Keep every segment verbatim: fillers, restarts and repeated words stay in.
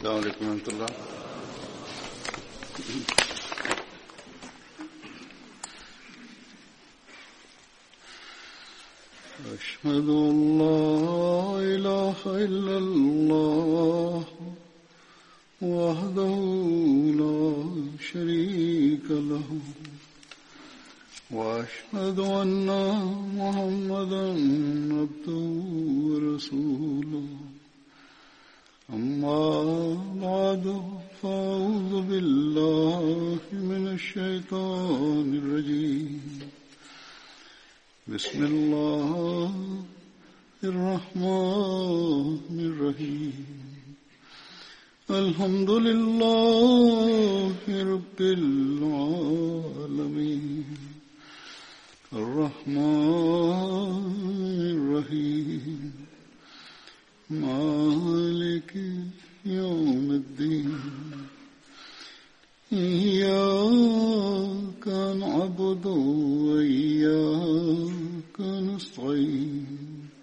السلام عليكم ورحمة الله. أشهد أن لا إله إلا الله وحده لا شريك له وأشهد أن محمدا عبده ورسوله أما بعد فأعوذ بالله من الشيطان الرجيم بسم الله الرحمن الرحيم الحمد لله رب العالمين الرحمن الرحيم مالك يوم الدين إياك نعبد وإياك نستعين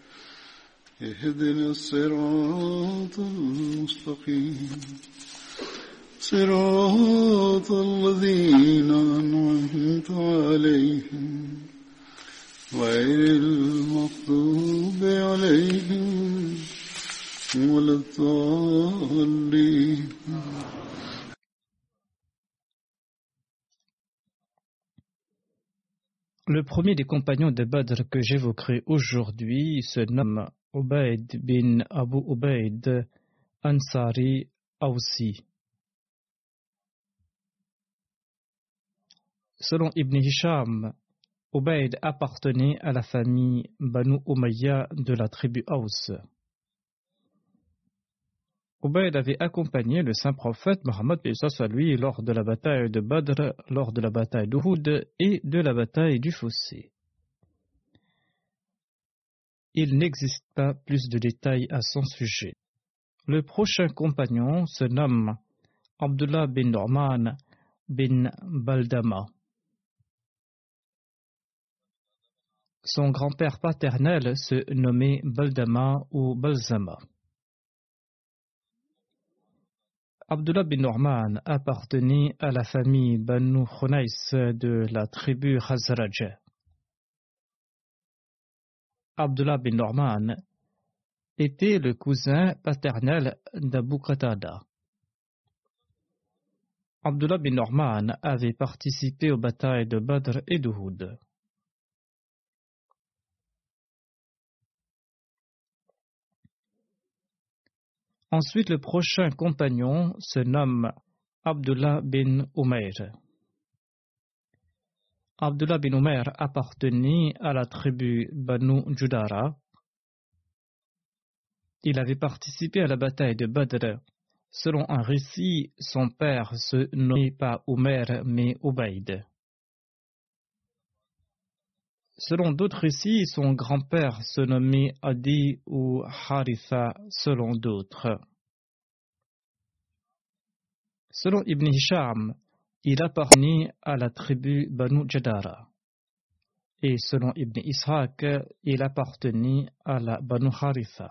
اهدنا الصراط المستقيم صراط الذين أنعمت عليهم غير المغضوب عليهم ولا الضالين. Le premier des compagnons de Badr que j'évoquerai aujourd'hui se nomme Ubayd bin Abu Ubayd Ansari Awsi. Selon Ibn Hisham, Ubayd appartenait à la famille Banu Umayya de la tribu Aws. Ubayd avait accompagné le saint prophète Mohammed soit lui lors de la bataille de Badr, lors de la bataille d'Uhud et de la bataille du Fossé. Il n'existe pas plus de détails à son sujet. Le prochain compagnon se nomme Abdullah bin Nu'man bin Baldama. Son grand-père paternel se nommait Baldama ou Balzama. Abdullah bin Nu'man appartenait à la famille Banu Khunais de la tribu Khazraj. Abdullah bin Nu'man était le cousin paternel d'Abu Qatada. Abdullah bin Nu'man avait participé aux batailles de Badr et d'Uhud. Ensuite, le prochain compagnon se nomme Abdullah bin Umayr. Abdullah bin Umayr appartenait à la tribu Banu Judara. Il avait participé à la bataille de Badr. Selon un récit, son père se nommait pas Umayr mais Ubayd. Selon d'autres récits, son grand-père se nommait Adi ou Haritha selon d'autres. Selon Ibn Hisham, il appartenait à la tribu Banu Jadara. Et selon Ibn Ishaq, il appartenait à la Banu Haritha.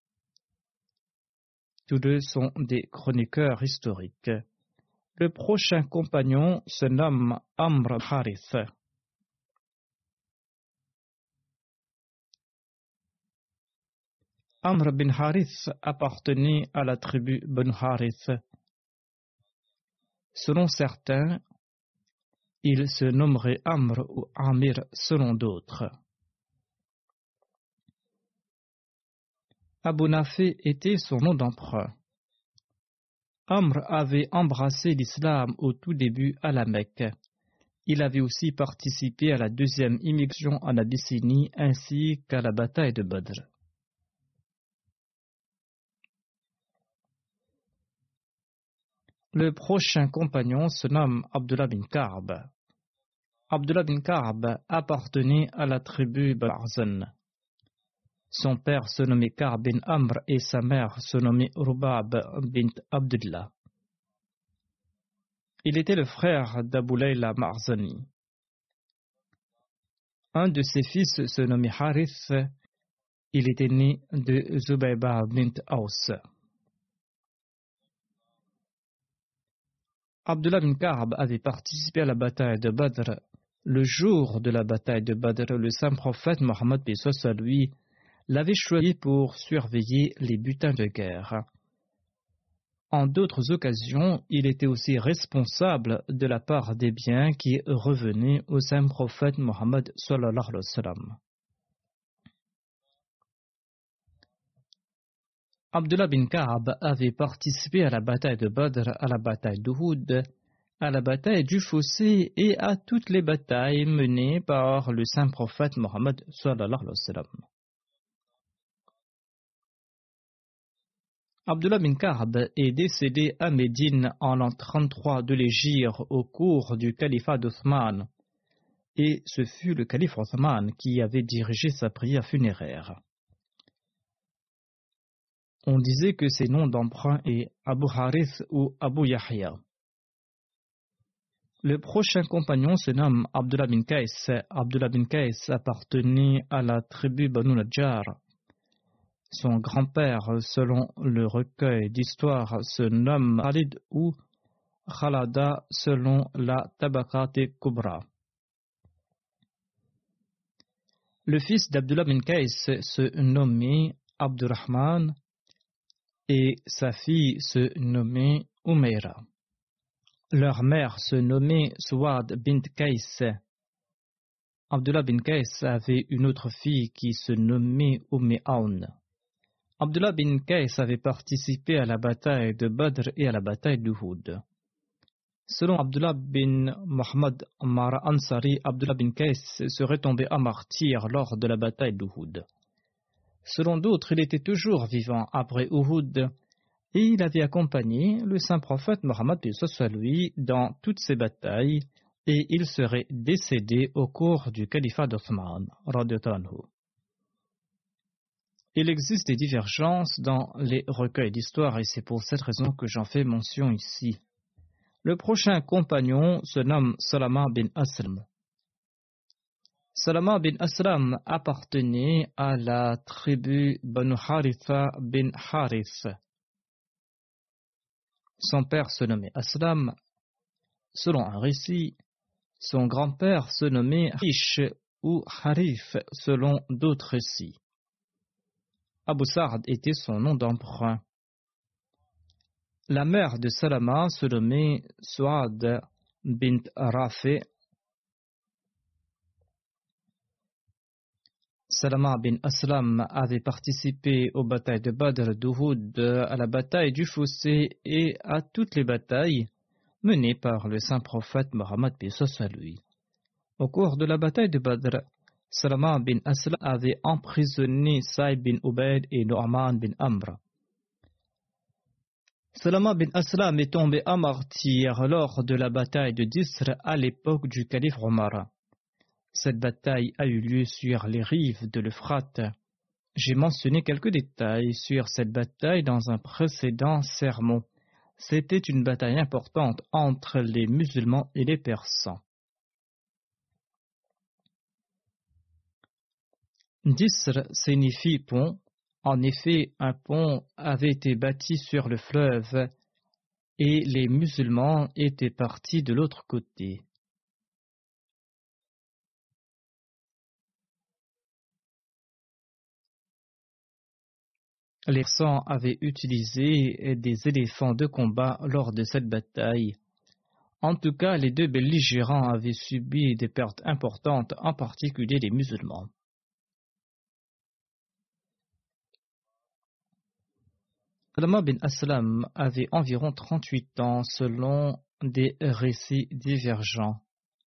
Tous deux sont des chroniqueurs historiques. Le prochain compagnon se nomme Amr Harith. Amr bin Harith appartenait à la tribu Banu Harith. Selon certains, il se nommerait Amr ou Amir selon d'autres. Abu Nafi était son nom d'emprunt. Amr avait embrassé l'islam au tout début à la Mecque. Il avait aussi participé à la deuxième immigration en Abyssinie ainsi qu'à la bataille de Badr. Le prochain compagnon se nomme Abdullah bin Ka'b. Abdullah bin Ka'b appartenait à la tribu Barzan. Son père se nommait Ka'b bin Amr et sa mère se nommait Rubab bint Abdullah. Il était le frère d'Abu Layla Marzani. Un de ses fils se nommait Harith. Il était né de Zubayba bint Aus. Abdullah bin Ka'b avait participé à la bataille de Badr. Le jour de la bataille de Badr, le saint prophète Mohammed paix soit lui l'avait choisi pour surveiller les butins de guerre. En d'autres occasions, il était aussi responsable de la part des biens qui revenaient au saint prophète Mohammed sallallahu alayhi wa sallam. Abdullah bin Ka'b avait participé à la bataille de Badr, à la bataille d'Uhud, à la bataille du Fossé et à toutes les batailles menées par le saint prophète Mohammed sallallahu alayhi wa sallam. Abdullah bin Ka'b est décédé à Médine en l'an trente-trois de l'Hégire au cours du califat d'Othman, et ce fut le calife Othman qui avait dirigé sa prière funéraire. On disait que ses noms d'emprunt est Abu Harith ou Abu Yahya. Le prochain compagnon se nomme Abdullah bin Qais. Abdullah bin Qais appartenait à la tribu Banu Najjar. Son grand-père, selon le recueil d'histoire, se nomme Khalid ou Khalada selon la Tabaqat Kubra. Le fils d'Abdullah bin Qais se nommait Abdurrahman et sa fille se nommait Umayra. Leur mère se nommait Suwad bint Qais. Abdullah bin Qais avait une autre fille qui se nommait Umm Aoun. Abdullah bin Qais avait participé à la bataille de Badr et à la bataille d'Uhud. Selon Abdullah bin Muhammad Ammar Ansari, Abdullah bin Qais serait tombé à martyr lors de la bataille d'Uhud. Selon d'autres, il était toujours vivant après Uhud et il avait accompagné le saint prophète Mohammed paix soit lui dans toutes ces batailles et il serait décédé au cours du califat d'Othman. Il existe des divergences dans les recueils d'histoire et c'est pour cette raison que j'en fais mention ici. Le prochain compagnon se nomme Salama bin Aslam. Salama bin Aslam appartenait à la tribu Banu Haritha bin Harith. Son père se nommait Aslam. Selon un récit, son grand-père se nommait Rish ou Harif selon d'autres récits. Abu Sa'd était son nom d'emprunt. La mère de Salama se nommait Suad bint Rafi. Salama bin Aslam avait participé aux batailles de Badr, d'Uhud, à la bataille du Fossé et à toutes les batailles menées par le saint prophète Mohammed paix soit lui. Au cours de la bataille de Badr, Salama bin Aslam avait emprisonné Saïd bin Ubayd et Nu'man bin Amr. Salama bin Aslam est tombé à martyr lors de la bataille de Disr à l'époque du calife Omar. Cette bataille a eu lieu sur les rives de l'Euphrate. J'ai mentionné quelques détails sur cette bataille dans un précédent sermon. C'était une bataille importante entre les musulmans et les Persans. Disr signifie pont. En effet, un pont avait été bâti sur le fleuve et les musulmans étaient partis de l'autre côté. Les Persans avaient utilisé des éléphants de combat lors de cette bataille. En tout cas, les deux belligérants avaient subi des pertes importantes, en particulier les musulmans. Salama bin Aslam avait environ trente-huit ans selon des récits divergents.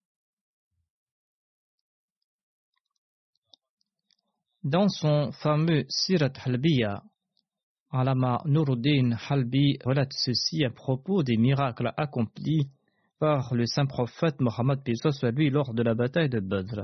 Dans son fameux Sirat Halbiya, Alama Nuruddin Halbi relate ceci à propos des miracles accomplis par le saint prophète Mohammed paix soit lui lors de la bataille de Badr.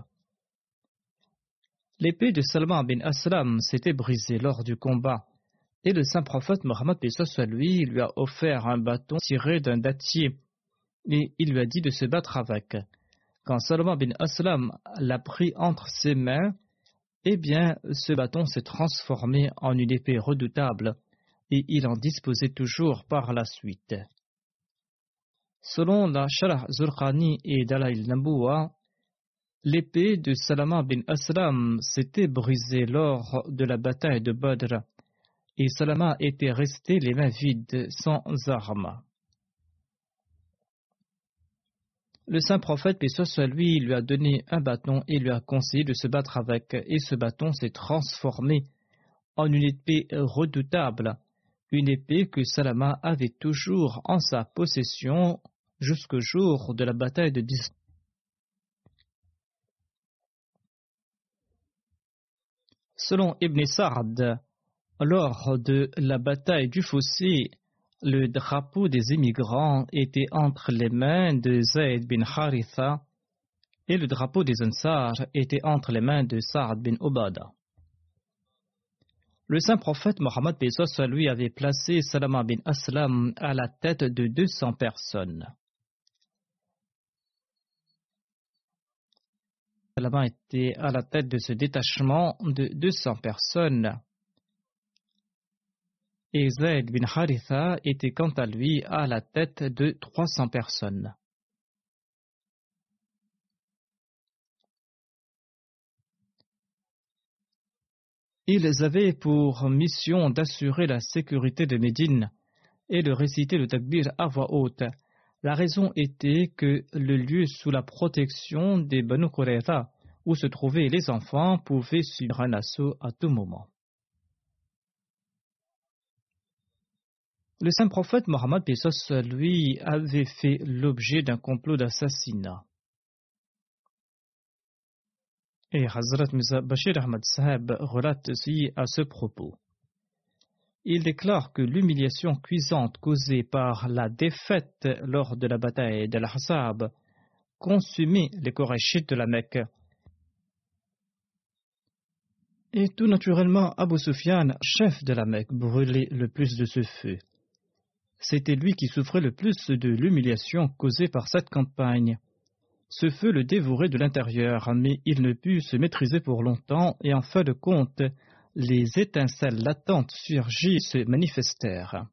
L'épée de Salama bin Aslam s'était brisée lors du combat et le saint prophète Mohammed paix soit lui lui a offert un bâton tiré d'un dattier et il lui a dit de se battre avec. Quand Salama bin Aslam l'a pris entre ses mains, eh bien, ce bâton s'est transformé en une épée redoutable et il en disposait toujours par la suite. Selon la Sharh Zurqani et Dalail Nabuwa, l'épée de Salama bin Aslam s'était brisée lors de la bataille de Badr et Salama était resté les mains vides, sans armes. Le saint prophète, paix soit lui, lui a donné un bâton et lui a conseillé de se battre avec, et ce bâton s'est transformé en une épée redoutable, une épée que Salama avait toujours en sa possession jusqu'au jour de la bataille de Dis. Selon Ibn Sa'd, lors de la bataille du fossé, le drapeau des émigrants était entre les mains de Zayd bin Haritha et le drapeau des Ansar était entre les mains de Sa'd bin Ubada. Le saint prophète Mohammed paix soit lui avait placé Salama bin Aslam à la tête de deux cents personnes. Salama était à la tête de ce détachement de deux cents personnes. Et Zayd bin Haritha était quant à lui à la tête de trois cents personnes. Ils avaient pour mission d'assurer la sécurité de Médine et de réciter le takbir à voix haute. La raison était que le lieu sous la protection des Banu Qurayza, où se trouvaient les enfants, pouvait subir un assaut à tout moment. Le saint prophète Mohammed paix soit lui avait fait l'objet d'un complot d'assassinat. Et Hazrat Mirza Bashir Ahmad Sahib relate ceci à ce propos. Il déclare que l'humiliation cuisante causée par la défaite lors de la bataille d'Al-Ahzab consumait les Qurayshites de la Mecque. Et tout naturellement, Abu Sufyan, chef de la Mecque, brûlait le plus de ce feu. C'était lui qui souffrait le plus de l'humiliation causée par cette campagne. Ce feu le dévorait de l'intérieur, mais il ne put se maîtriser pour longtemps et en fin de compte, les étincelles latentes surgies se manifestèrent.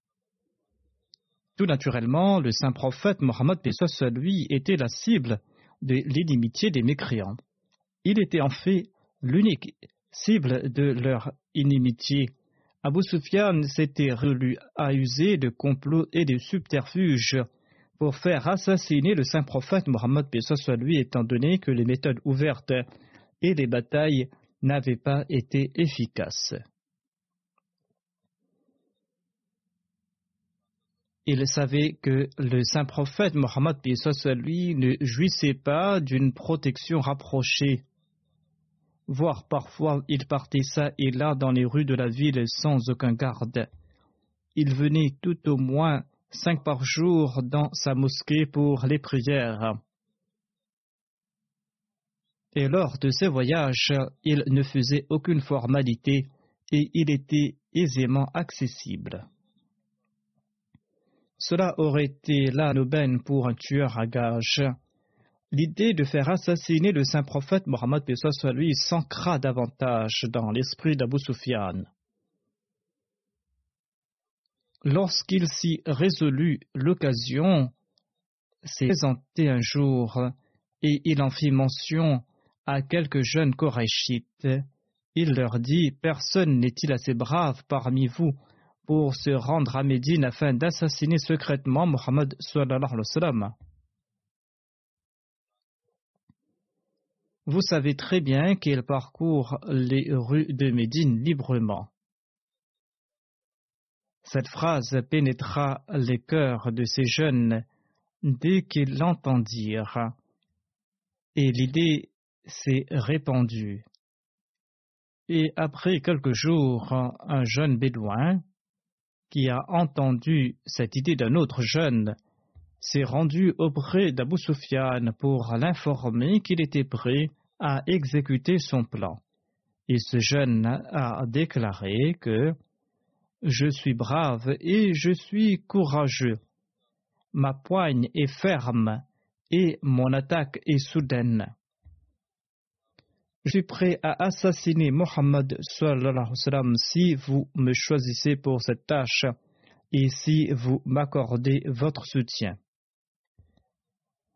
Tout naturellement, le saint prophète Mohammed paix soit lui était la cible de l'inimitié des mécréants. Il était en fait l'unique cible de leur inimitié. Abu Sufyan s'était résolu à user de complots et de subterfuges pour faire assassiner le saint prophète Mohammed paix soit lui, étant donné que les méthodes ouvertes et les batailles n'avaient pas été efficaces. Il savait que le saint prophète Mohammed paix soit lui ne jouissait pas d'une protection rapprochée, voire parfois il partait ça et là dans les rues de la ville sans aucun garde. Il venait tout au moins cinq par jour dans sa mosquée pour les prières. Et lors de ces voyages, il ne faisait aucune formalité et il était aisément accessible. Cela aurait été là l'aubaine pour un tueur à gages. L'idée de faire assassiner le saint prophète Mohammed paix soit lui s'ancra davantage dans l'esprit d'Abu Sufyan. Lorsqu'il s'y résolut, l'occasion s'est présentée un jour et il en fit mention à quelques jeunes Korachites. Il leur dit: personne n'est-il assez brave parmi vous pour se rendre à Médine afin d'assassiner secrètement Mohammed sallallahu alayhi wa sallam? Vous savez très bien qu'il parcourt les rues de Médine librement. Cette phrase pénétra les cœurs de ces jeunes dès qu'ils l'entendirent, et l'idée s'est répandue. Et après quelques jours, un jeune bédouin qui a entendu cette idée d'un autre jeune s'est rendu auprès d'Abu Sufyan pour l'informer qu'il était prêt à exécuter son plan. Et ce jeune a déclaré que je suis brave et je suis courageux. Ma poigne est ferme et mon attaque est soudaine. Je suis prêt à assassiner Mohammed sallallahu alayhi wa sallam si vous me choisissez pour cette tâche et si vous m'accordez votre soutien.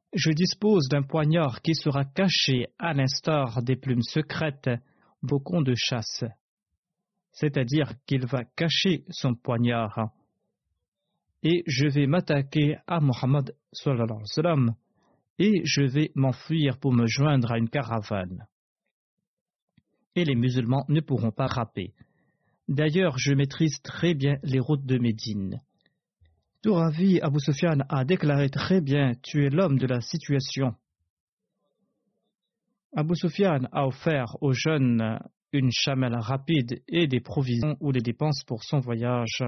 Je dispose d'un poignard qui sera caché à l'instar des plumes secrètes bocon de chasse. C'est-à-dire qu'il va cacher son poignard. Et je vais m'attaquer à Muhammad sallallahu alayhi wa sallam et je vais m'enfuir pour me joindre à une caravane. Et les musulmans ne pourront pas frapper. D'ailleurs, je maîtrise très bien les routes de Médine. Tout ravi, Abu Sufyan a déclaré très bien, tu es l'homme de la situation. Abu Sufyan a offert aux jeunes une chamelle rapide et des provisions ou des dépenses pour son voyage.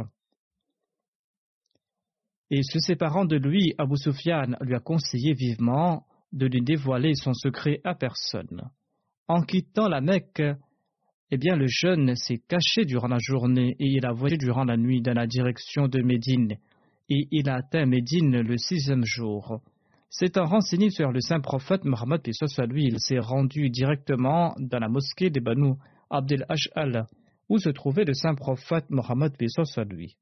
Et se séparant de lui, Abu Sufyan lui a conseillé vivement de lui dévoiler son secret à personne. En quittant la Mecque, eh bien le jeune s'est caché durant la journée et il a voyagé durant la nuit dans la direction de Médine. Et il a atteint Médine le sixième jour. S'étant renseigné sur le saint prophète Mohammed, paix soit lui, il s'est rendu directement dans la mosquée des Banu Abdel Ash'al, où se trouvait le saint prophète Mohammed, paix soit lui.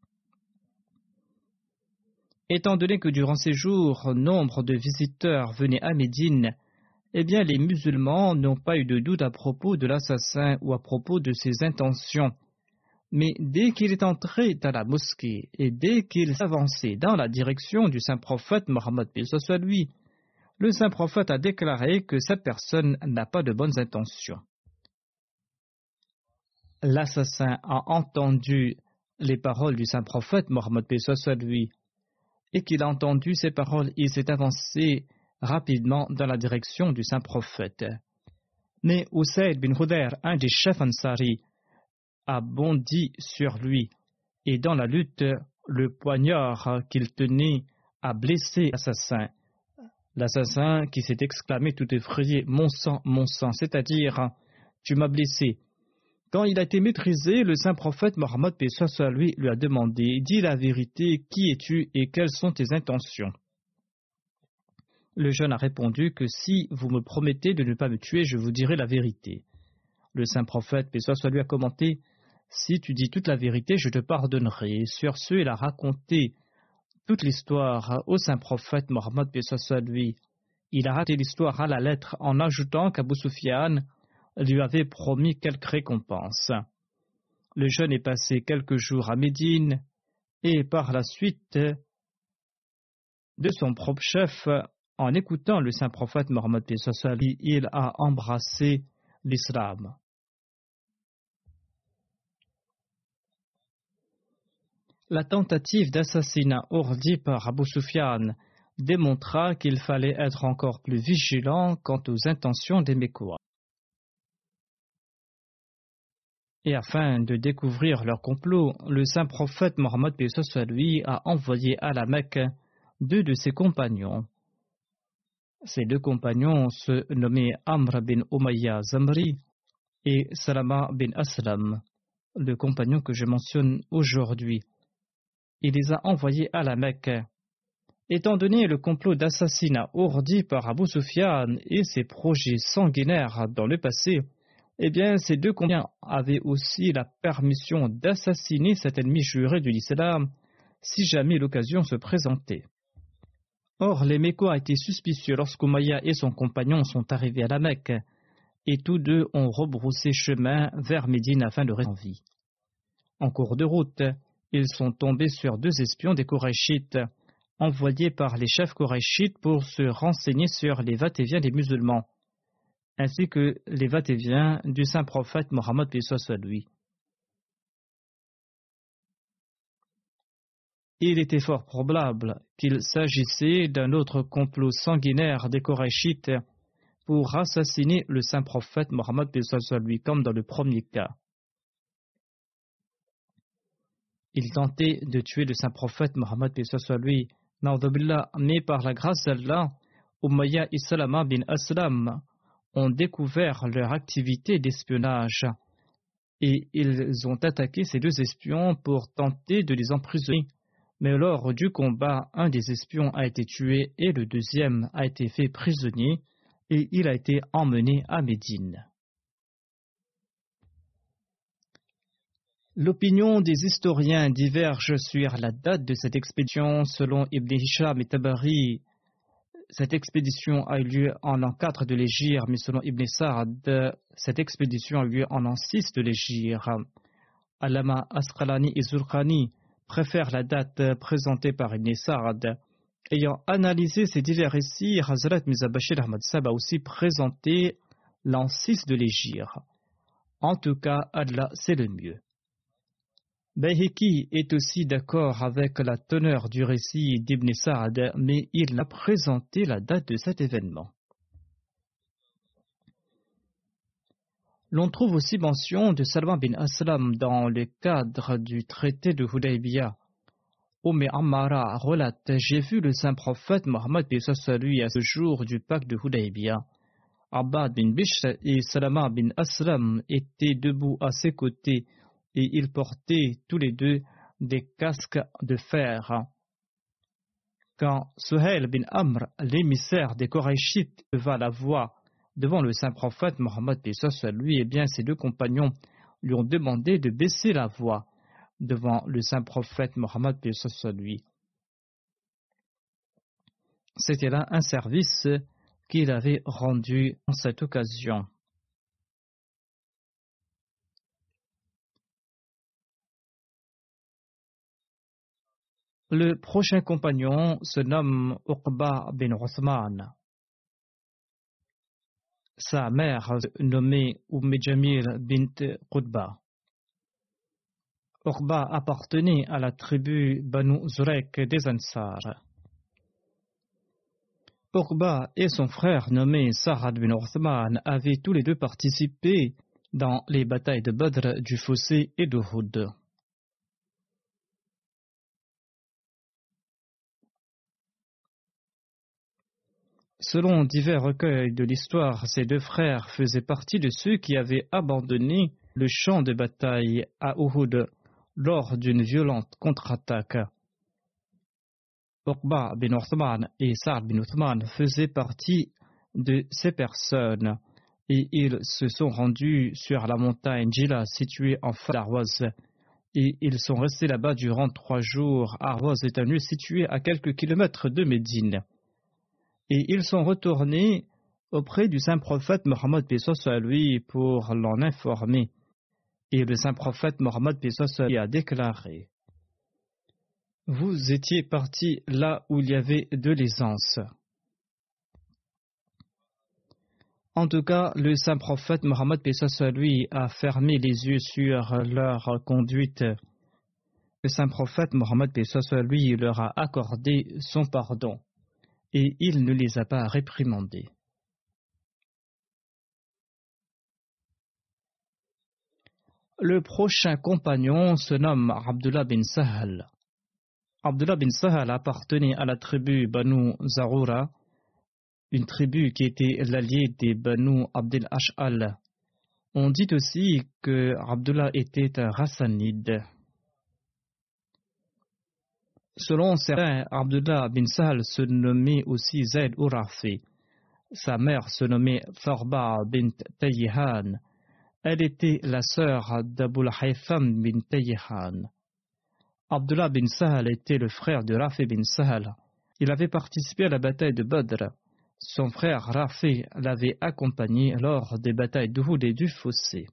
Étant donné que durant ces jours, nombre de visiteurs venaient à Médine, eh bien les musulmans n'ont pas eu de doute à propos de l'assassin ou à propos de ses intentions. Mais dès qu'il est entré dans la mosquée et dès qu'il s'avançait dans la direction du saint prophète Mohammed, paix soit lui, le saint prophète a déclaré que cette personne n'a pas de bonnes intentions. L'assassin a entendu les paroles du saint prophète Mohammed, paix soit lui, et qu'il a entendu ces paroles, il s'est avancé rapidement dans la direction du saint prophète. Mais Usayd bin Hudayr, un des chefs Ansari, a bondi sur lui, et dans la lutte, le poignard qu'il tenait a blessé l'assassin. L'assassin qui s'est exclamé tout effrayé, « Mon sang, mon sang », c'est-à-dire « Tu m'as blessé ». Quand il a été maîtrisé, le saint prophète Mohammed, paix soit lui, lui a demandé « Dis la vérité, qui es-tu et quelles sont tes intentions ?» Le jeune a répondu que si vous me promettez de ne pas me tuer, je vous dirai la vérité. Le saint prophète, paix soit lui, a commenté « Si tu dis toute la vérité, je te pardonnerai. » Sur ce, il a raconté toute l'histoire au saint prophète Mohammed, paix soit lui. Il a raconté l'histoire à la lettre en ajoutant qu'Abu Sufyan lui avait promis quelques récompenses. Le jeune est passé quelques jours à Médine et par la suite de son propre chef, en écoutant le saint prophète Mohammed, paix soit lui, il a embrassé l'islam. La tentative d'assassinat ourdie par Abu Sufyan démontra qu'il fallait être encore plus vigilant quant aux intentions des Mécois. Et afin de découvrir leur complot, le saint prophète Mohammed, paix soit lui, a envoyé à la Mecque deux de ses compagnons. Ces deux compagnons se nommaient Amr bin Umayya Zamri et Salama bin Aslam, le compagnon que je mentionne aujourd'hui. Il les a envoyés à la Mecque. Étant donné le complot d'assassinat ourdi par Abu Sufyan et ses projets sanguinaires dans le passé, eh bien, ces deux compagnons avaient aussi la permission d'assassiner cet ennemi juré de l'islam si jamais l'occasion se présentait. Or, les Mécois étaient suspicieux lorsqu'Umayya et son compagnon sont arrivés à la Mecque, et tous deux ont rebroussé chemin vers Médine afin de rester en vie. En cours de route, ils sont tombés sur deux espions des Korachites, envoyés par les chefs Korachites pour se renseigner sur les va-et-vient des musulmans, ainsi que les va-et-vient du saint prophète Mohammed, paix soit lui. Il était fort probable qu'il s'agissait d'un autre complot sanguinaire des Korachites pour assassiner le saint prophète Mohammed, paix soit lui, comme dans le premier cas. Il tentait de tuer le saint prophète Mohammed, paix soit lui, mais par la grâce d'Allah, Umayya et Salama bin Aslam ont découvert leur activité d'espionnage et ils ont attaqué ces deux espions pour tenter de les emprisonner. Mais lors du combat, un des espions a été tué et le deuxième a été fait prisonnier et il a été emmené à Médine. L'opinion des historiens diverge sur la date de cette expédition. Selon Ibn Hisham et Tabari, cette expédition a eu lieu en l'an quatre de l'Hégire, mais selon Ibn Sa'd, cette expédition a eu lieu en l'an six de l'Hégire. Allama Asqalani et Zurqani préfèrent la date présentée par Ibn Sa'd. Ayant analysé ces divers récits, Hazrat Mirza Bashir Ahmad Sahib a aussi présenté l'an six de l'Hégire. En tout cas, Allah, c'est le mieux. Bayhaqi est aussi d'accord avec la teneur du récit d'Ibn Sa'd, mais il a présenté la date de cet événement. L'on trouve aussi mention de Salman bin Aslam dans le cadre du traité de Hudaybiyah. Umm Ammara relate: j'ai vu le saint prophète Mohammed lui à ce jour du pacte de Hudaybiyah. Abbad bin Bishr et Salama bin Aslam étaient debout à ses côtés et ils portaient tous les deux des casques de fer. Quand Suhail bin Amr, l'émissaire des Koraïchites, leva la voix devant le saint prophète Mohammed lui, et bien ses deux compagnons lui ont demandé de baisser la voix devant le saint prophète Mohammed lui. C'était là un service qu'il avait rendu en cette occasion. Le prochain compagnon se nomme Uqba bin Uthman. Sa mère, nommée Umm Jamil bint Qutba. Uqba appartenait à la tribu Banu Zurek des Ansar. Uqba et son frère nommé Sa'ad bin Uthman avaient tous les deux participé dans les batailles de Badr, du Fossé et d'Uhud. Selon divers recueils de l'histoire, ces deux frères faisaient partie de ceux qui avaient abandonné le champ de bataille à Uhud lors d'une violente contre-attaque. Uqba bin Uthman et Sa'd bin Uthman faisaient partie de ces personnes et ils se sont rendus sur la montagne Jila située en face d'Arwaz et ils sont restés là-bas durant trois jours. Arwaz est un lieu situé à quelques kilomètres de Médine. Et ils sont retournés auprès du saint prophète Mohammed à lui pour l'en informer. Et le saint prophète Mohammed lui a déclaré: vous étiez partis là où il y avait de l'aisance. En tout cas, le saint prophète Mohammed lui a fermé les yeux sur leur conduite. Le saint prophète Mohammed lui leur a accordé son pardon. Et il ne les a pas réprimandés. Le prochain compagnon se nomme Abdullah bin Sahal. Abdullah bin Sahal appartenait à la tribu Banu Zarura, une tribu qui était l'allié des Banu Abdel Ash'al. On dit aussi que Abdullah était un Rassanide. Selon certains, Abdullah bin Sahal se nommait aussi Zayd Urafi. Sa mère se nommait Farba bint Tayyihan. Elle était la sœur d'Abul Haytham bin Tayyihan. Abdullah bin Sahal était le frère de Rafi bin Sahal. Il avait participé à la bataille de Badr. Son frère Rafi l'avait accompagné lors des batailles d'Uhud et du Fossé.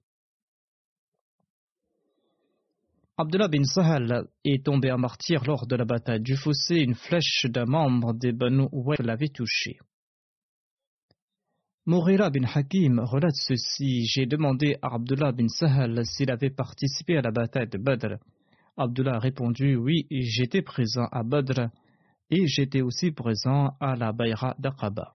Abdullah bin Sahal est tombé en martyr lors de la bataille du Fossé. Une flèche d'un membre des Banu Uwayf l'avait touché. Mughira bin Hakim relate ceci: j'ai demandé à Abdullah bin Sahal s'il avait participé à la bataille de Badr. Abdullah a répondu: oui, j'étais présent à Badr et j'étais aussi présent à la Bayra d'Aqaba.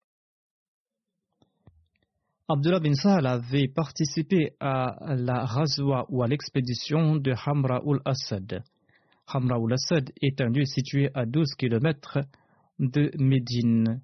Abdullah bin Sahal avait participé à la Razwa ou à l'expédition de Hamra ul-Asad. Hamra ul-Asad est un lieu situé à douze kilomètres de Médine.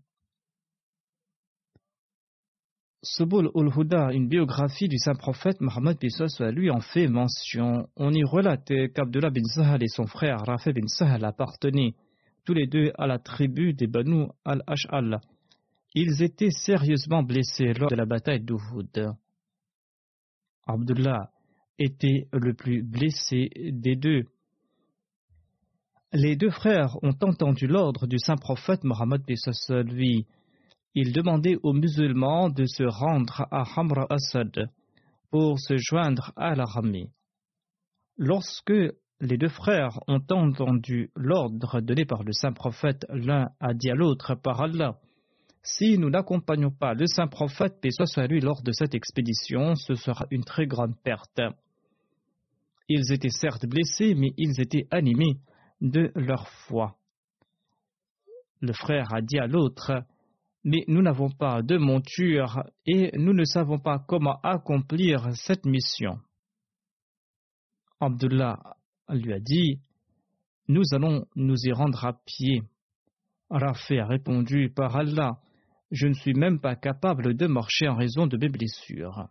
Subul ul-Huda, une biographie du saint prophète Mohammed lui en fait mention. On y relate qu'Abdullah bin Sahal et son frère Rafi bin Sahal appartenaient tous les deux à la tribu des Banu al-Ash'al. Ils étaient sérieusement blessés lors de la bataille d'Uhud. Abdullah était le plus blessé des deux. Les deux frères ont entendu l'ordre du saint prophète Mohammed lui. Ils demandaient aux musulmans de se rendre à Hamra Asad pour se joindre à l'armée. Lorsque les deux frères ont entendu l'ordre donné par le saint prophète, l'un a dit à l'autre par Allah: si nous n'accompagnons pas le saint prophète, paix soit lui, lors de cette expédition, ce sera une très grande perte. Ils étaient certes blessés, mais ils étaient animés de leur foi. Le frère a dit à l'autre: mais nous n'avons pas de monture et nous ne savons pas comment accomplir cette mission. Abdullah lui a dit: nous allons nous y rendre à pied. Rafi a répondu: par Allah, je ne suis même pas capable de marcher en raison de mes blessures.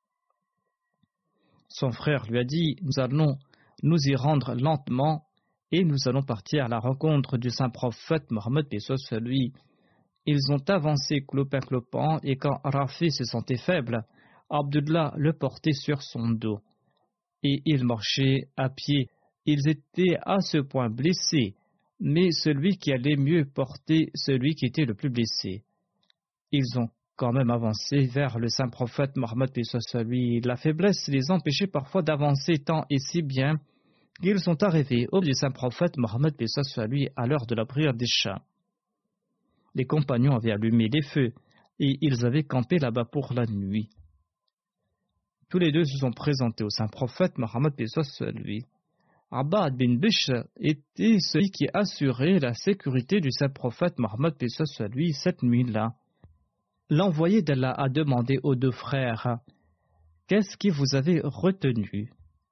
Son frère lui a dit: nous allons nous y rendre lentement et nous allons partir à la rencontre du saint prophète Mohammed paix soit sur lui. Ils ont avancé clopin-clopant et quand Rafi se sentait faible, Abdullah le portait sur son dos et ils marchaient à pied. Ils étaient à ce point blessés, mais celui qui allait mieux portait celui qui était le plus blessé. Ils ont quand même avancé vers le saint prophète Mohammed paix soit sur lui. La faiblesse les empêchait parfois d'avancer tant et si bien qu'ils sont arrivés au saint prophète Mohammed paix soit sur lui à l'heure de la prière d'Isha. Les compagnons avaient allumé les feux et ils avaient campé là-bas pour la nuit. Tous les deux se sont présentés au saint prophète Mohammed paix soit sur lui. Abbad bin Bishr était celui qui assurait la sécurité du saint prophète Mohammed paix soit sur lui cette nuit-là. L'envoyé d'Allah a demandé aux deux frères: qu'est-ce qui vous avait retenu?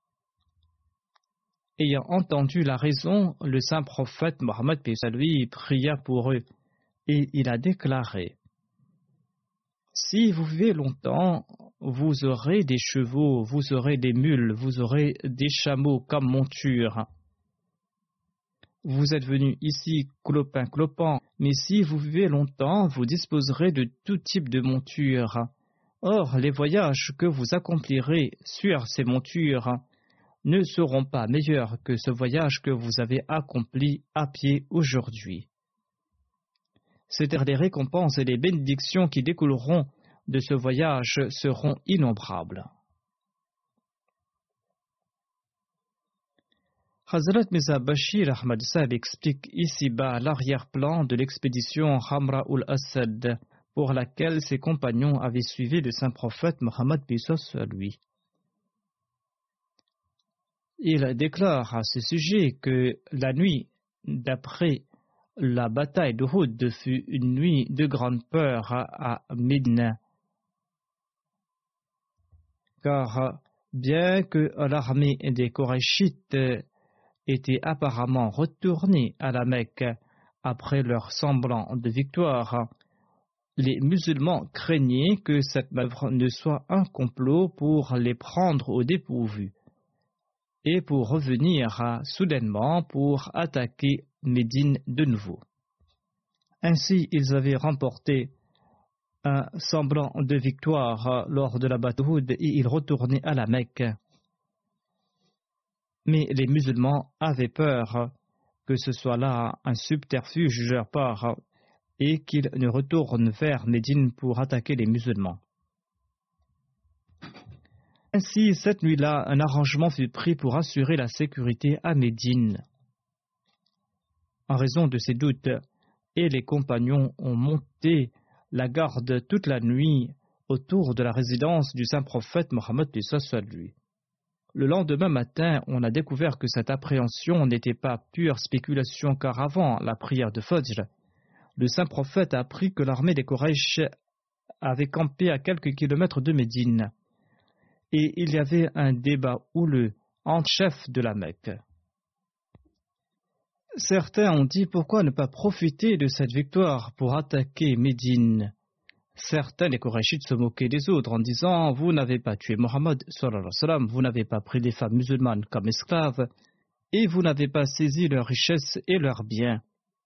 Ayant entendu la raison, le saint prophète Mohammed paix soit sur lui pria pour eux et il a déclaré: si vous vivez longtemps, vous aurez des chevaux, vous aurez des mules, vous aurez des chameaux comme monture. Vous êtes venus ici clopin-clopant, mais si vous vivez longtemps, vous disposerez de tout type de monture. Or, les voyages que vous accomplirez sur ces montures ne seront pas meilleurs que ce voyage que vous avez accompli à pied aujourd'hui. C'est-à-dire les récompenses et les bénédictions qui découleront de ce voyage seront innombrables. Hazrat Mirza Bashir Ahmad Sahib explique ici-bas l'arrière-plan de l'expédition Hamra ul Asad pour laquelle ses compagnons avaient suivi le saint prophète Mohammed paix soit sur lui. Il déclare à ce sujet que la nuit d'après la bataille d'Uhud fut une nuit de grande peur à Médine, car bien que l'armée des Qurayshites était apparemment retournée à la Mecque après leur semblant de victoire, les musulmans craignaient que cette manœuvre ne soit un complot pour les prendre au dépourvu et pour revenir soudainement pour attaquer Médine de nouveau. Ainsi, ils avaient remporté un semblant de victoire lors de la bataille d'Uhud et ils retournaient à la Mecque. Mais les musulmans avaient peur que ce soit là un subterfuge de leur part et qu'ils ne retournent vers Médine pour attaquer les musulmans. Ainsi, cette nuit-là, un arrangement fut pris pour assurer la sécurité à Médine. En raison de ces doutes, et les compagnons ont monté la garde toute la nuit autour de la résidence du saint prophète Mohammed paix soit sur lui. Le lendemain matin, on a découvert que cette appréhension n'était pas pure spéculation, car avant la prière de Fajr, le saint prophète a appris que l'armée des Quraysh avait campé à quelques kilomètres de Médine, et il y avait un débat houleux entre chefs de la Mecque. Certains ont dit: pourquoi ne pas profiter de cette victoire pour attaquer Médine? Certains, les Qurayshites, se moquaient des autres en disant: vous n'avez pas tué Mohammed sallallahu alayhi wa sallam, vous n'avez pas pris les femmes musulmanes comme esclaves, et vous n'avez pas saisi leurs richesses et leurs biens.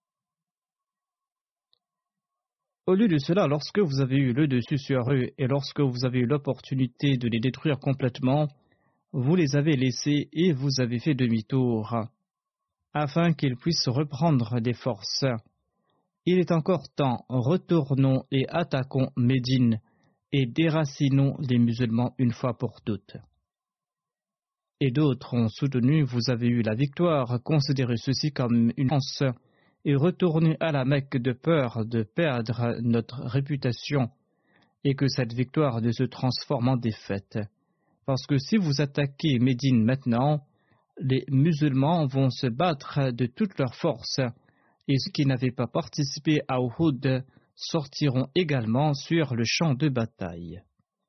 Au lieu de cela, lorsque vous avez eu le dessus sur eux et lorsque vous avez eu l'opportunité de les détruire complètement, vous les avez laissés et vous avez fait demi-tour. afin qu'ils puissent reprendre des forces. Il est encore temps, retournons et attaquons Médine et déracinons les musulmans une fois pour toutes. Et d'autres ont soutenu, vous avez eu la victoire, considérez ceci comme une chance et retournez à la Mecque de peur de perdre notre réputation et que cette victoire ne se transforme en défaite. Parce que si vous attaquez Médine maintenant, les musulmans vont se battre de toutes leurs forces et ceux qui n'avaient pas participé à Uhud sortiront également sur le champ de bataille.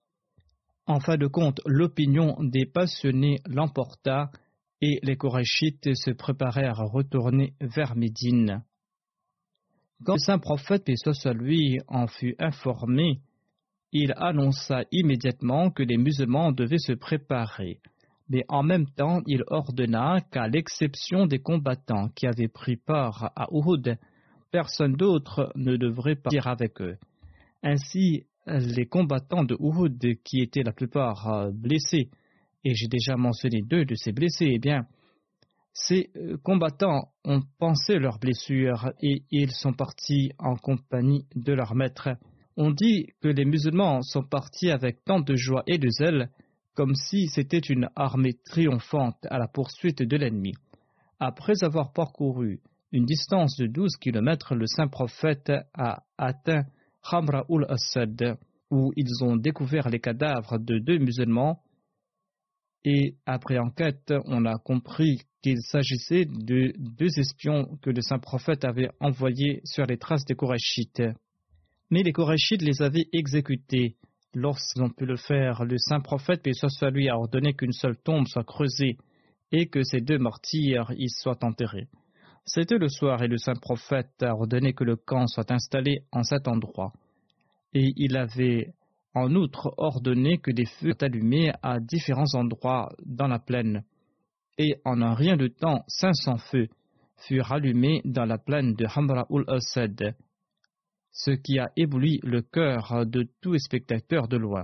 En fin de compte, l'opinion des passionnés l'emporta et les Korachites se préparèrent à retourner vers Médine. Quand le saint prophète, paix soit lui, en fut informé, il annonça immédiatement que les musulmans devaient se préparer. Mais en même temps, il ordonna qu'à l'exception des combattants qui avaient pris part à Uhud, personne d'autre ne devrait partir avec eux. Ainsi, les combattants de Uhud, qui étaient la plupart blessés, et j'ai déjà mentionné deux de ces blessés, eh bien, ces combattants ont pensé leurs blessures et ils sont partis en compagnie de leur maître. On dit que les musulmans sont partis avec tant de joie et de zèle, comme si c'était une armée triomphante à la poursuite de l'ennemi. Après avoir parcouru une distance de douze kilomètres, le saint prophète a atteint Hamra ul-Assad, où ils ont découvert les cadavres de deux musulmans, et après enquête, on a compris qu'il s'agissait de deux espions que le saint prophète avait envoyés sur les traces des Korachites. Mais les Korachites les avaient exécutés. Lorsqu'ils ont pu le faire, le saint prophète, paix soit lui, a ordonné qu'une seule tombe soit creusée et que ces deux martyrs y soient enterrés. C'était le soir et le saint prophète a ordonné que le camp soit installé en cet endroit. Et il avait en outre ordonné que des feux soient allumés à différents endroits dans la plaine. Et en un rien de temps, cinq cents feux furent allumés dans la plaine de Hamra ul-Assad, ce qui a ébloui le cœur de tous les spectateurs de loin.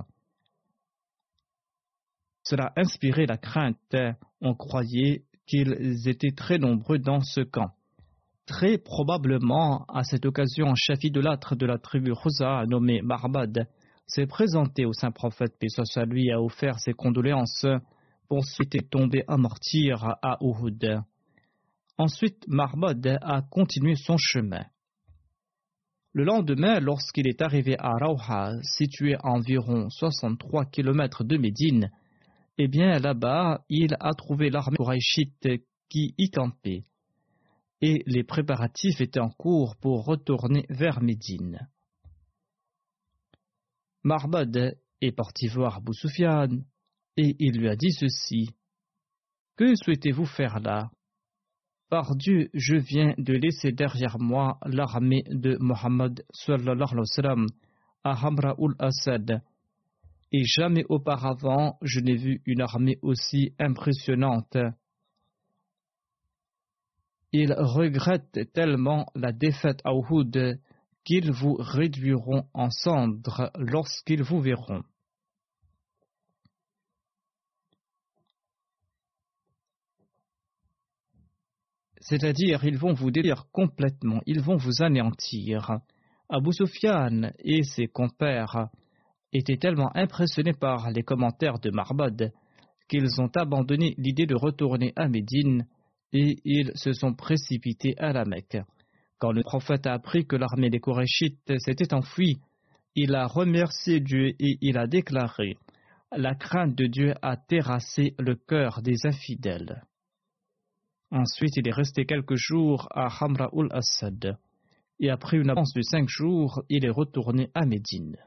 Cela inspirait la crainte. On croyait qu'ils étaient très nombreux dans ce camp. Très probablement, à cette occasion, un chef idolâtre de la tribu Khuza, nommé Marbad, s'est présenté au saint prophète, paix soit lui, a offert ses condoléances pour suite est tombé un martyr à Uhud. Ensuite, Marbad a continué son chemin. Le lendemain, lorsqu'il est arrivé à Rawha, situé à environ soixante-trois kilomètres de Médine, eh bien là-bas, il a trouvé l'armée koraïchite qui y campait, et les préparatifs étaient en cours pour retourner vers Médine. Marbad est parti voir Abu Sufyan, et il lui a dit ceci: « Que souhaitez-vous faire là ? Par Dieu, je viens de laisser derrière moi l'armée de Mohammed sallallahu alayhi wa sallam à Hamra ul-Assad, et jamais auparavant je n'ai vu une armée aussi impressionnante. Ils regrettent tellement la défaite à Uhud qu'ils vous réduiront en cendres lorsqu'ils vous verront. » C'est-à-dire, ils vont vous détruire complètement, ils vont vous anéantir. Abu Sufyan et ses compères étaient tellement impressionnés par les commentaires de Marbad qu'ils ont abandonné l'idée de retourner à Médine et ils se sont précipités à la Mecque. Quand le prophète a appris que l'armée des Korachites s'était enfuie, il a remercié Dieu et il a déclaré: « La crainte de Dieu a terrassé le cœur des infidèles. » Ensuite, il est resté quelques jours à Hamra ul-Assad, et après une absence de cinq jours, il est retourné à Médine.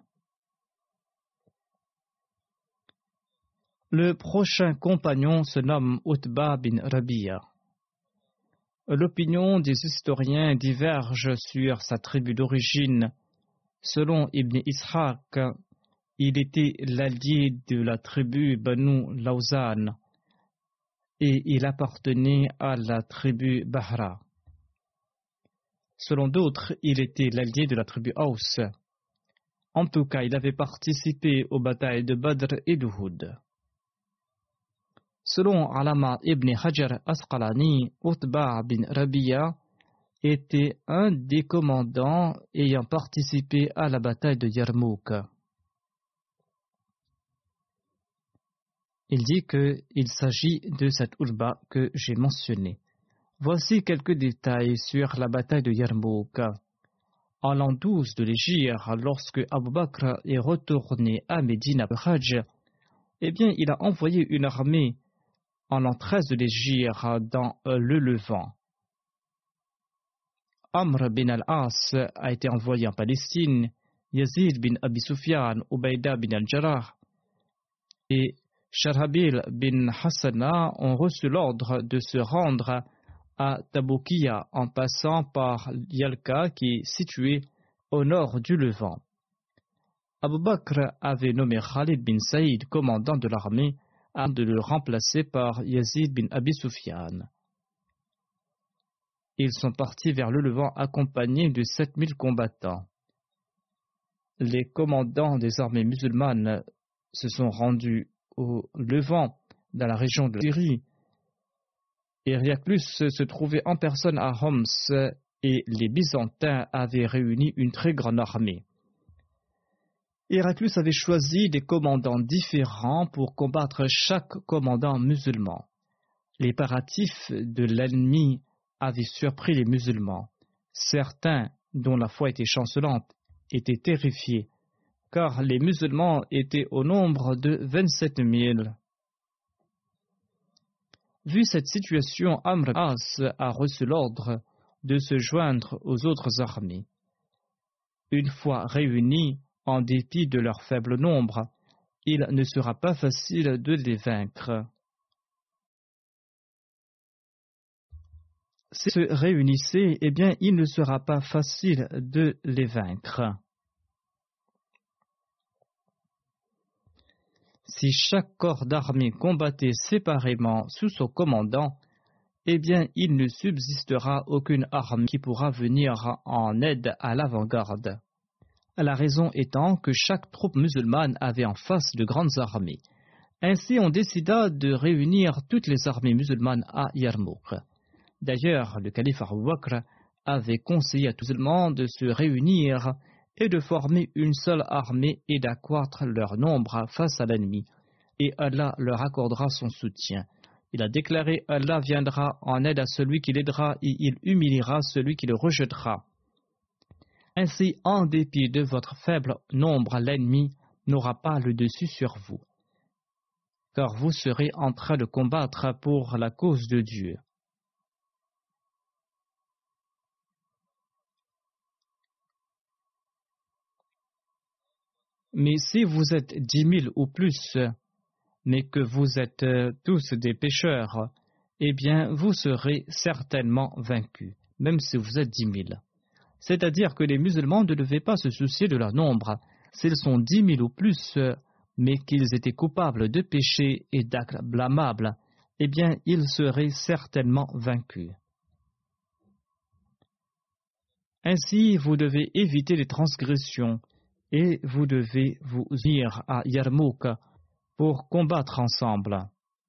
Le prochain compagnon se nomme Utba bin Rabi'a. L'opinion des historiens diverge sur sa tribu d'origine. Selon Ibn Ishaq, il était l'allié de la tribu Banu Lawzan, et il appartenait à la tribu Bahra. Selon d'autres, il était l'allié de la tribu Aus. En tout cas, il avait participé aux batailles de Badr et d'Uhud. Selon Alama ibn Hajar Asqalani, Utba bin Rabi'a était un des commandants ayant participé à la bataille de Yarmouk. Il dit qu'il s'agit de cet Utba que j'ai mentionné. Voici quelques détails sur la bataille de Yarmouk. En l'an douze de l'Hégire, lorsque Abu Bakr est retourné à Médine pour Hajj, eh bien, il a envoyé une armée en l'an treize de l'Hégire dans le Levant. Amr bin al-As a été envoyé en Palestine, Yazid bin Abi Sufyan, Ubaïda bin al-Jarrah et Sharhabil bin Hassana ont reçu l'ordre de se rendre à Taboukiya en passant par Yalka qui est situé au nord du Levant. Abu Bakr avait nommé Khalid bin Saïd commandant de l'armée afin de le remplacer par Yazid bin Abi Sufyan. Ils sont partis vers le Levant accompagnés de sept mille combattants. Les commandants des armées musulmanes se sont rendus au Levant, dans la région de Syrie. Héraclus se trouvait en personne à Homs et les Byzantins avaient réuni une très grande armée. Héraclus avait choisi des commandants différents pour combattre chaque commandant musulman. Les paratifs de l'ennemi avaient surpris les musulmans. Certains, dont la foi était chancelante, étaient terrifiés, car les musulmans étaient au nombre de vingt-sept mille. Vu cette situation, Amr As a reçu l'ordre de se joindre aux autres armées. Une fois réunis, en dépit de leur faible nombre, il ne sera pas facile de les vaincre. S'ils se réunissaient, eh bien, il ne sera pas facile de les vaincre. Si chaque corps d'armée combattait séparément sous son commandant, eh bien, il ne subsistera aucune armée qui pourra venir en aide à l'avant-garde. La raison étant que chaque troupe musulmane avait en face de grandes armées. Ainsi, on décida de réunir toutes les armées musulmanes à Yarmouk. D'ailleurs, le calife Abu Bakr avait conseillé à tous les musulmans de se réunir et de former une seule armée et d'accroître leur nombre face à l'ennemi. Et Allah leur accordera son soutien. Il a déclaré: Allah viendra en aide à celui qui l'aidera et il humiliera celui qui le rejettera. Ainsi, en dépit de votre faible nombre, l'ennemi n'aura pas le dessus sur vous, car vous serez en train de combattre pour la cause de Dieu. Mais si vous êtes dix mille ou plus, mais que vous êtes tous des pécheurs, eh bien vous serez certainement vaincus, même si vous êtes dix mille. C'est-à-dire que les musulmans ne devaient pas se soucier de leur nombre. S'ils sont dix mille ou plus, mais qu'ils étaient coupables de péchés et d'actes blâmables, eh bien ils seraient certainement vaincus. Ainsi, vous devez éviter les transgressions et vous devez vous unir à Yarmouk pour combattre ensemble.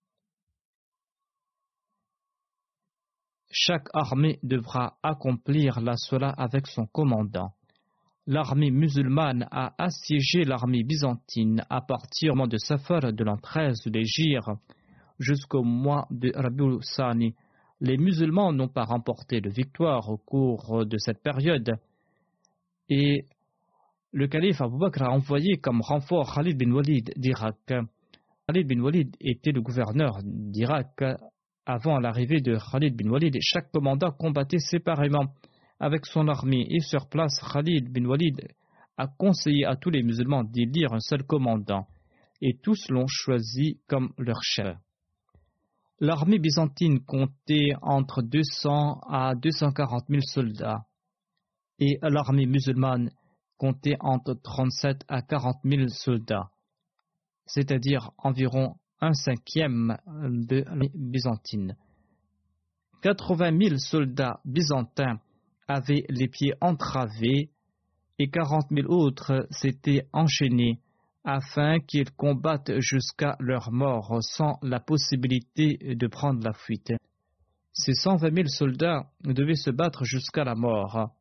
Chaque armée devra accomplir la sola avec son commandant. L'armée musulmane a assiégé l'armée byzantine à partir du mois de Safar de l'an treize de l'Hégire jusqu'au mois de Rabiul Sani. Les musulmans n'ont pas remporté de victoire au cours de cette période et le calife Abu Bakr a envoyé comme renfort Khalid bin Walid d'Irak. Khalid bin Walid était le gouverneur d'Irak. Avant l'arrivée de Khalid bin Walid, chaque commandant combattait séparément avec son armée et sur place, Khalid bin Walid a conseillé à tous les musulmans d'élire un seul commandant et tous l'ont choisi comme leur chef. L'armée byzantine comptait entre deux cents à deux cent quarante mille soldats et l'armée musulmane comptait entre trente-sept à quarante mille soldats, c'est-à-dire environ un cinquième de l'armée byzantine. quatre-vingt mille soldats byzantins avaient les pieds entravés et quarante mille autres s'étaient enchaînés afin qu'ils combattent jusqu'à leur mort sans la possibilité de prendre la fuite. Ces cent vingt mille soldats devaient se battre jusqu'à la mort.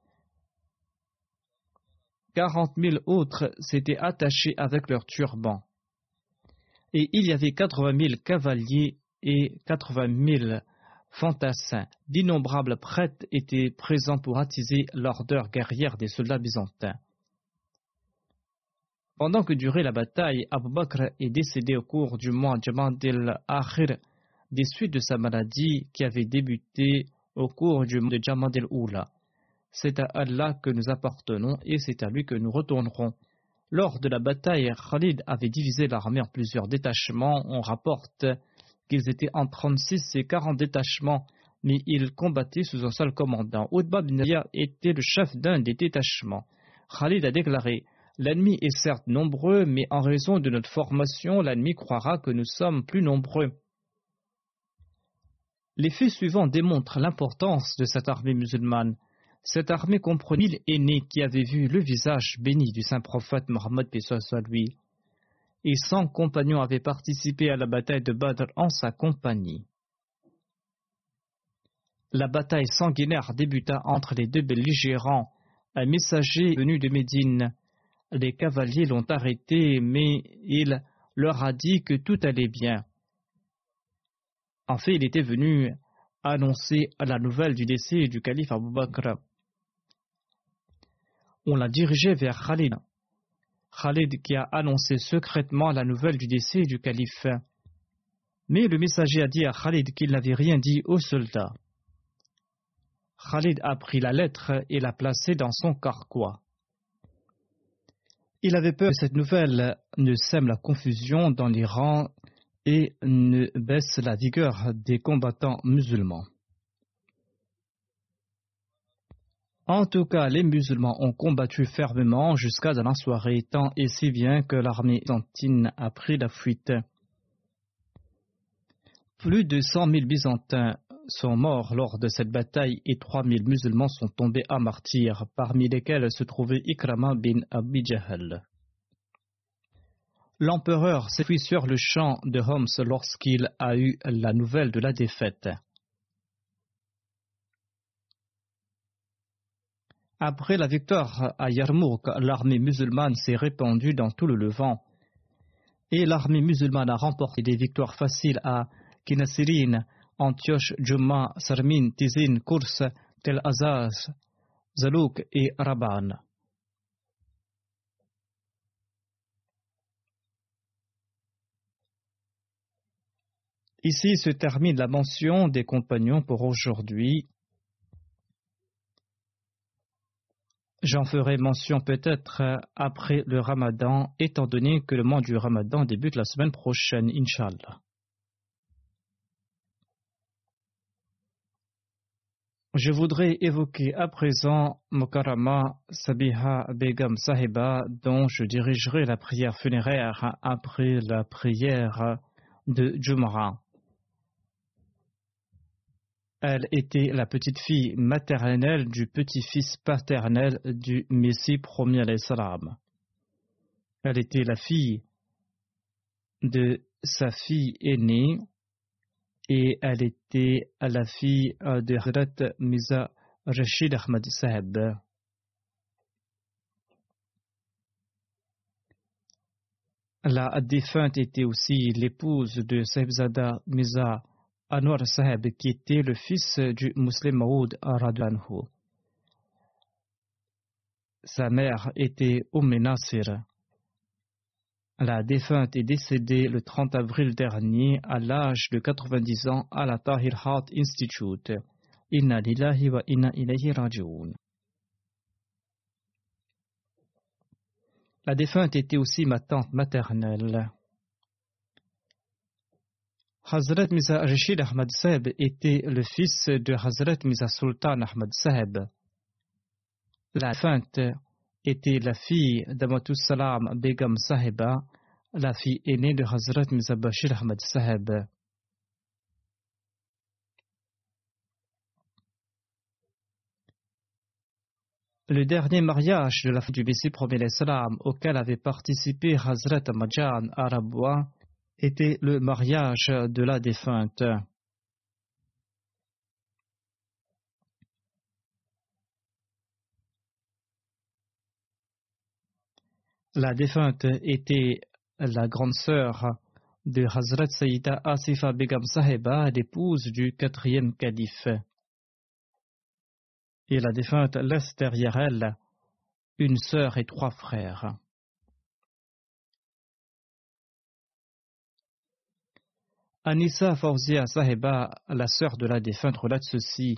quarante mille autres s'étaient attachés avec leurs turbans. Et il y avait quatre-vingt mille cavaliers et quatre-vingt mille fantassins. D'innombrables prêtres étaient présents pour attiser l'ardeur guerrière des soldats byzantins. Pendant que durait la bataille, Abu Bakr est décédé au cours du mois Jamad al-Akhir des suites de sa maladie qui avait débuté au cours du mois de Jamad al-Oula. C'est à Allah que nous appartenons et c'est à lui que nous retournerons. Lors de la bataille, Khalid avait divisé l'armée en plusieurs détachements. On rapporte qu'ils étaient en trente-six et quarante détachements, mais ils combattaient sous un seul commandant. Utba bin Rabi'a était le chef d'un des détachements. Khalid a déclaré: l'ennemi est certes nombreux, mais en raison de notre formation, l'ennemi croira que nous sommes plus nombreux. Les faits suivants démontrent l'importance de cette armée musulmane. Cette armée comprenait mille aînés qui avaient vu le visage béni du saint prophète Mohammed paix soit lui, et cent compagnons avaient participé à la bataille de Badr en sa compagnie. La bataille sanguinaire débuta entre les deux belligérants. Un messager venu de Médine. Les cavaliers l'ont arrêté, mais il leur a dit que tout allait bien. En fait, il était venu annoncer la nouvelle du décès du calife Abu Bakr. On l'a dirigé vers Khalid. Khalid qui a annoncé secrètement la nouvelle du décès du calife. Mais le messager a dit à Khalid qu'il n'avait rien dit aux soldats. Khalid a pris la lettre et l'a placée dans son carquois. Il avait peur que cette nouvelle ne sème la confusion dans les rangs et ne baisse la vigueur des combattants musulmans. En tout cas, les musulmans ont combattu fermement jusqu'à dans la soirée, tant et si bien que l'armée byzantine a pris la fuite. Plus de cent mille Byzantins sont morts lors de cette bataille et trois mille musulmans sont tombés à martyrs, parmi lesquels se trouvait Ikrama bin Abi Jahl. L'empereur s'est fui sur le champ de Homs lorsqu'il a eu la nouvelle de la défaite. Après la victoire à Yarmouk, l'armée musulmane s'est répandue dans tout le Levant et l'armée musulmane a remporté des victoires faciles à Kinasirin, Antioche, Jumma, Sarmin, Tizin, Kurs, Tel Azaz, Zalouk et Raban. Ici se termine la mention des compagnons pour aujourd'hui. J'en ferai mention peut-être après le Ramadan, étant donné que le mois du Ramadan débute la semaine prochaine, Inch'Allah. Je voudrais évoquer à présent Mukarrama Sabiha Begum Sahiba, dont je dirigerai la prière funéraire après la prière de Jumu'ah. Elle était la petite-fille maternelle du petit-fils paternel du Messie premier alayhi salam. Elle était la fille de sa fille aînée et elle était la fille de Hazrat Mirza Rashid Ahmad Saheb. La défunte était aussi l'épouse de Sahibzada Mirza Anwar Saheb, qui était le fils du Muslim Maoud radhiyallahu anhu. Sa mère était Umm Nasir. La défunte est décédée le trente avril dernier à l'âge de quatre-vingt-dix ans à la Tahir Heart Institute. Inna lillahi wa inna ilayhi raji'un. La défunte était aussi ma tante maternelle. Hazrat Mirza Rashid Ahmad Saheb était le fils de Hazrat Mirza Sultan Ahmad Saheb. La défunte était la fille d'Amatus Salam Begum Sahiba, la fille aînée de Hazrat Mirza Bashir Ahmad Saheb. Le dernier mariage de la fille du Messie premier l'Islam auquel avait participé Hazrat Majan à Rabwa était le mariage de la défunte. La défunte était la grande sœur de Hazrat Sayyida Asifa Begum Sahiba, l'épouse du quatrième calife. Et la défunte laisse derrière elle une sœur et trois frères. Anissa Fawzia Sahiba, la sœur de la défunte, relate ceci.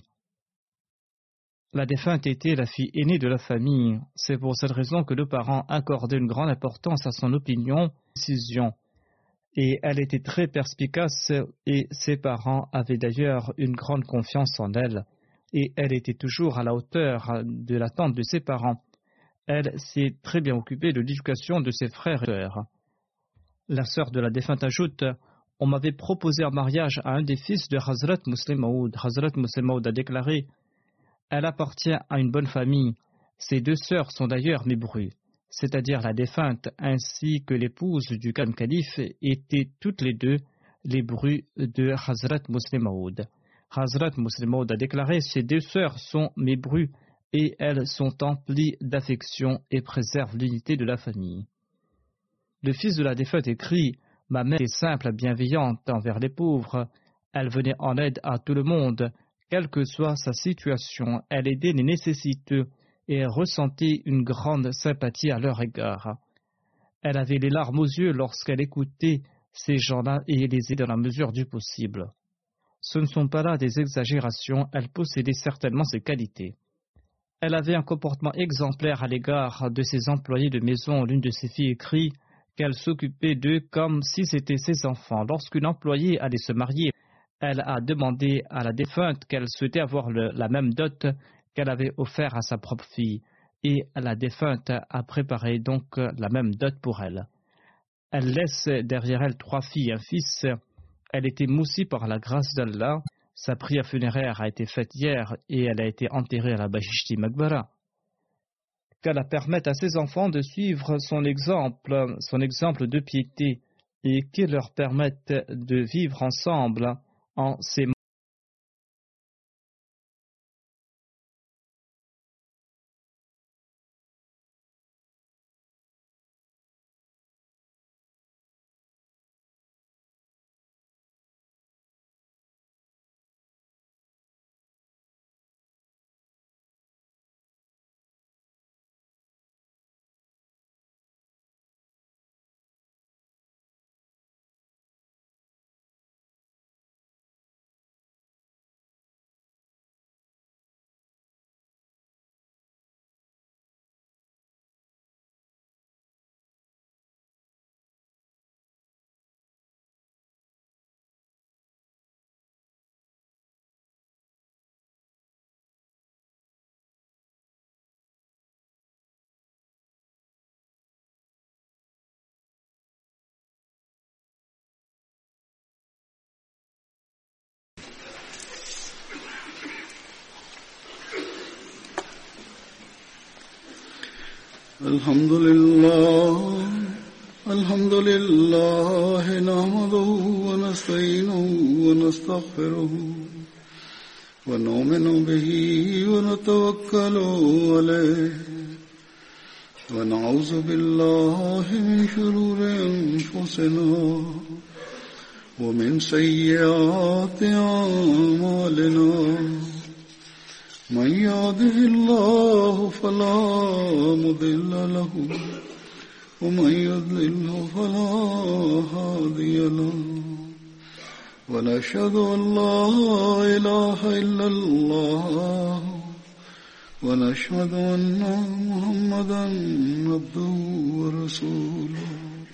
La défunte était la fille aînée de la famille. C'est pour cette raison que nos parents accordaient une grande importance à son opinion, décision. Et elle était très perspicace et ses parents avaient d'ailleurs une grande confiance en elle. Et elle était toujours à la hauteur de l'attente de ses parents. Elle s'est très bien occupée de l'éducation de ses frères et sœurs. La sœur de la défunte ajoute, on m'avait proposé un mariage à un des fils de Hazrat Muslim Maud. Hazrat Muslim Maud a déclaré, elle appartient à une bonne famille. Ses deux sœurs sont d'ailleurs mes brus, c'est-à-dire la défunte ainsi que l'épouse du quatrième calife étaient toutes les deux les brus de Hazrat Muslim Maud. Hazrat Muslim Maud a déclaré, ces deux sœurs sont mes brus et elles sont emplies d'affection et préservent l'unité de la famille. Le fils de la défunte écrit, ma mère est simple et bienveillante envers les pauvres. Elle venait en aide à tout le monde. Quelle que soit sa situation, elle aidait les nécessiteux et ressentait une grande sympathie à leur égard. Elle avait les larmes aux yeux lorsqu'elle écoutait ces gens-là et les aidait dans la mesure du possible. Ce ne sont pas là des exagérations, elle possédait certainement ces qualités. Elle avait un comportement exemplaire à l'égard de ses employés de maison. L'une de ses filles écrit qu'elle s'occupait d'eux comme si c'était ses enfants. Lorsqu'une employée allait se marier, elle a demandé à la défunte qu'elle souhaitait avoir le, la même dot qu'elle avait offert à sa propre fille. Et la défunte a préparé donc la même dot pour elle. Elle laisse derrière elle trois filles et un fils. Elle était moussie par la grâce d'Allah. Sa prière funéraire a été faite hier et elle a été enterrée à la Bahishti Makbara. Qu'Allah permette à ses enfants de suivre son exemple, son exemple de piété et qu'il leur permette de vivre ensemble en ces Alhamdulillah, alhamdulillah, nahmaduhu wa nasta'inuhu wa nastaghfiruhu wa nu'minu bihi wa natawakkalu alayhi wa na'udhu billahi min shururi anfusina wa min sayyiati a'malina. من يهده الله فلا مضل له ومن يضلل فلا هادي له ونشهد أن لا إله إلا الله ونشهد أن محمدا عبده ورسوله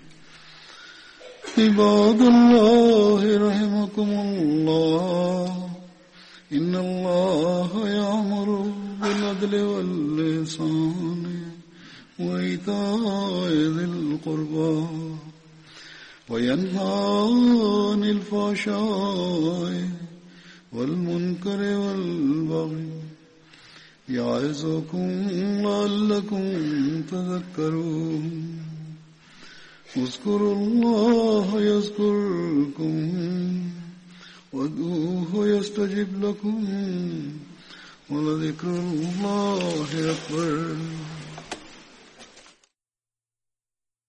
عباد الله رحمكم الله إن الله يأمر بالعدل والإحسان وإيتاء ذي القربى وينهى عن الفحشاء والمنكر والبغي يعظكم لعلكم تذكرون اذكروا الله يذكركم وادعوه يستجب لكم ولذكر الله أكبر